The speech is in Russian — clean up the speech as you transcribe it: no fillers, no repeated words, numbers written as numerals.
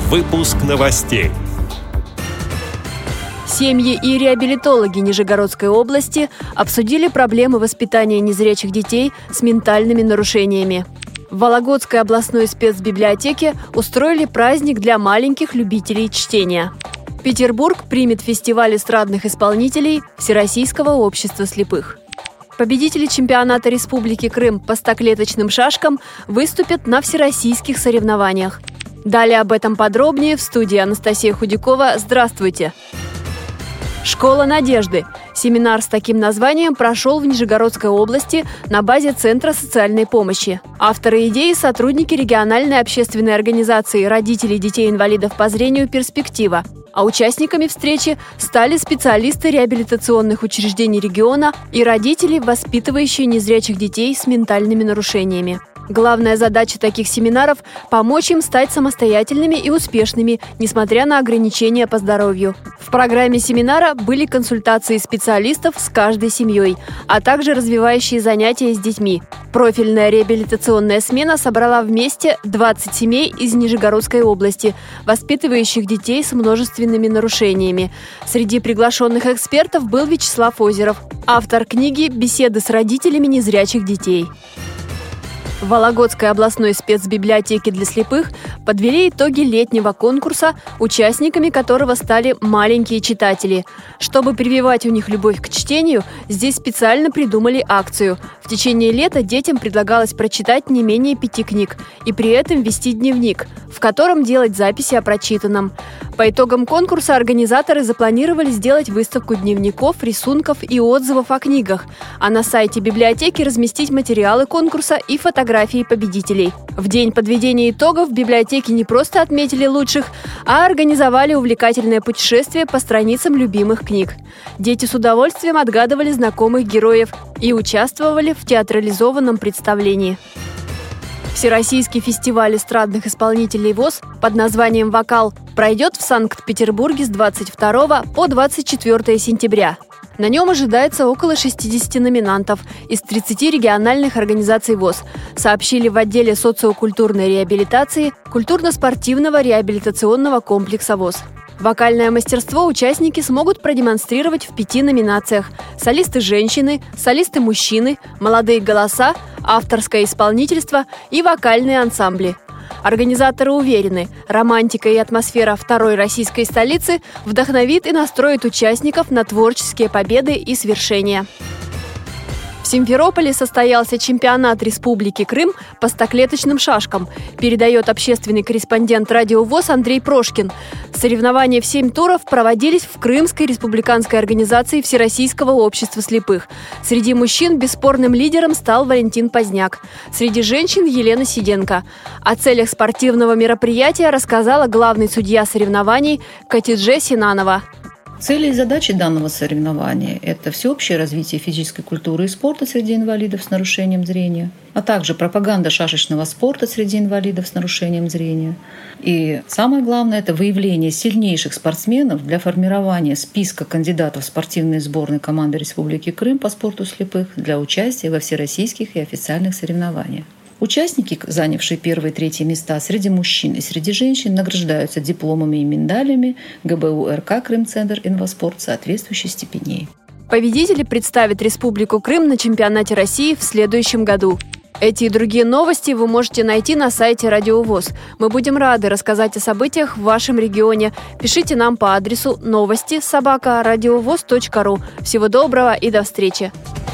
Выпуск новостей. Семьи и реабилитологи Нижегородской области обсудили проблемы воспитания незрячих детей с ментальными нарушениями. В Вологодской областной спецбиблиотеке устроили праздник для маленьких любителей чтения. Петербург примет фестиваль эстрадных исполнителей Всероссийского общества слепых. Победители чемпионата Республики Крым по стоклеточным шашкам выступят на всероссийских соревнованиях. Далее об этом подробнее в студии Анастасия Худякова. Здравствуйте! «Школа надежды». Семинар с таким названием прошел в Нижегородской области на базе Центра социальной помощи. Авторы идеи – сотрудники региональной общественной организации родителей детей-инвалидов по зрению «Перспектива». А участниками встречи стали специалисты реабилитационных учреждений региона и родители, воспитывающие незрячих детей с ментальными нарушениями. Главная задача таких семинаров – помочь им стать самостоятельными и успешными, несмотря на ограничения по здоровью. В программе семинара были консультации специалистов с каждой семьей, а также развивающие занятия с детьми. Профильная реабилитационная смена собрала вместе 20 семей из Нижегородской области, воспитывающих детей с множественными нарушениями. Среди приглашенных экспертов был Вячеслав Озеров, автор книги «Беседы с родителями незрячих детей». В Вологодской областной спецбиблиотеке для слепых подвели итоги летнего конкурса, участниками которого стали маленькие читатели. Чтобы прививать у них любовь к чтению, здесь специально придумали акцию. В течение лета детям предлагалось прочитать не менее 5 книг и при этом вести дневник, в котором делать записи о прочитанном. По итогам конкурса организаторы запланировали сделать выставку дневников, рисунков и отзывов о книгах, а на сайте библиотеки разместить материалы конкурса и фотографии победителей. В день подведения итогов в библиотеке не просто отметили лучших, а организовали увлекательное путешествие по страницам любимых книг. Дети с удовольствием отгадывали знакомых героев и участвовали в театрализованном представлении. Всероссийский фестиваль эстрадных исполнителей ВОС под названием «Вокал» пройдет в Санкт-Петербурге с 22 по 24 сентября. На нем ожидается около 60 номинантов из 30 региональных организаций ВОС, сообщили в отделе социокультурной реабилитации культурно-спортивного реабилитационного комплекса ВОС. Вокальное мастерство участники смогут продемонстрировать в 5 номинациях: солисты-женщины, солисты-мужчины, молодые голоса, авторское исполнительство и вокальные ансамбли. Организаторы уверены, романтика и атмосфера второй российской столицы вдохновит и настроит участников на творческие победы и свершения. В Симферополе состоялся чемпионат Республики Крым по стоклеточным шашкам, передает общественный корреспондент Радио ВОС Андрей Прошкин. Соревнования в 7 туров проводились в Крымской республиканской организации Всероссийского общества слепых. Среди мужчин бесспорным лидером стал Валентин Поздняк. Среди женщин – Елена Сиденко. О целях спортивного мероприятия рассказала главный судья соревнований Катидже Синанова. Цели и задачи данного соревнования – это всеобщее развитие физической культуры и спорта среди инвалидов с нарушением зрения, а также пропаганда шашечного спорта среди инвалидов с нарушением зрения. И самое главное – это выявление сильнейших спортсменов для формирования списка кандидатов в спортивные сборные команды Республики Крым по спорту слепых для участия во всероссийских и официальных соревнованиях. Участники, занявшие первые и третьи места среди мужчин и среди женщин, награждаются дипломами и медалями ГБУ РК «Крымцентр Инваспорт» соответствующей степеней. Победители представят Республику Крым на чемпионате России в следующем году. Эти и другие новости вы можете найти на сайте Радио ВОС. Мы будем рады рассказать о событиях в вашем регионе. Пишите нам по адресу новости@радиовос.ру. Всего доброго и до встречи!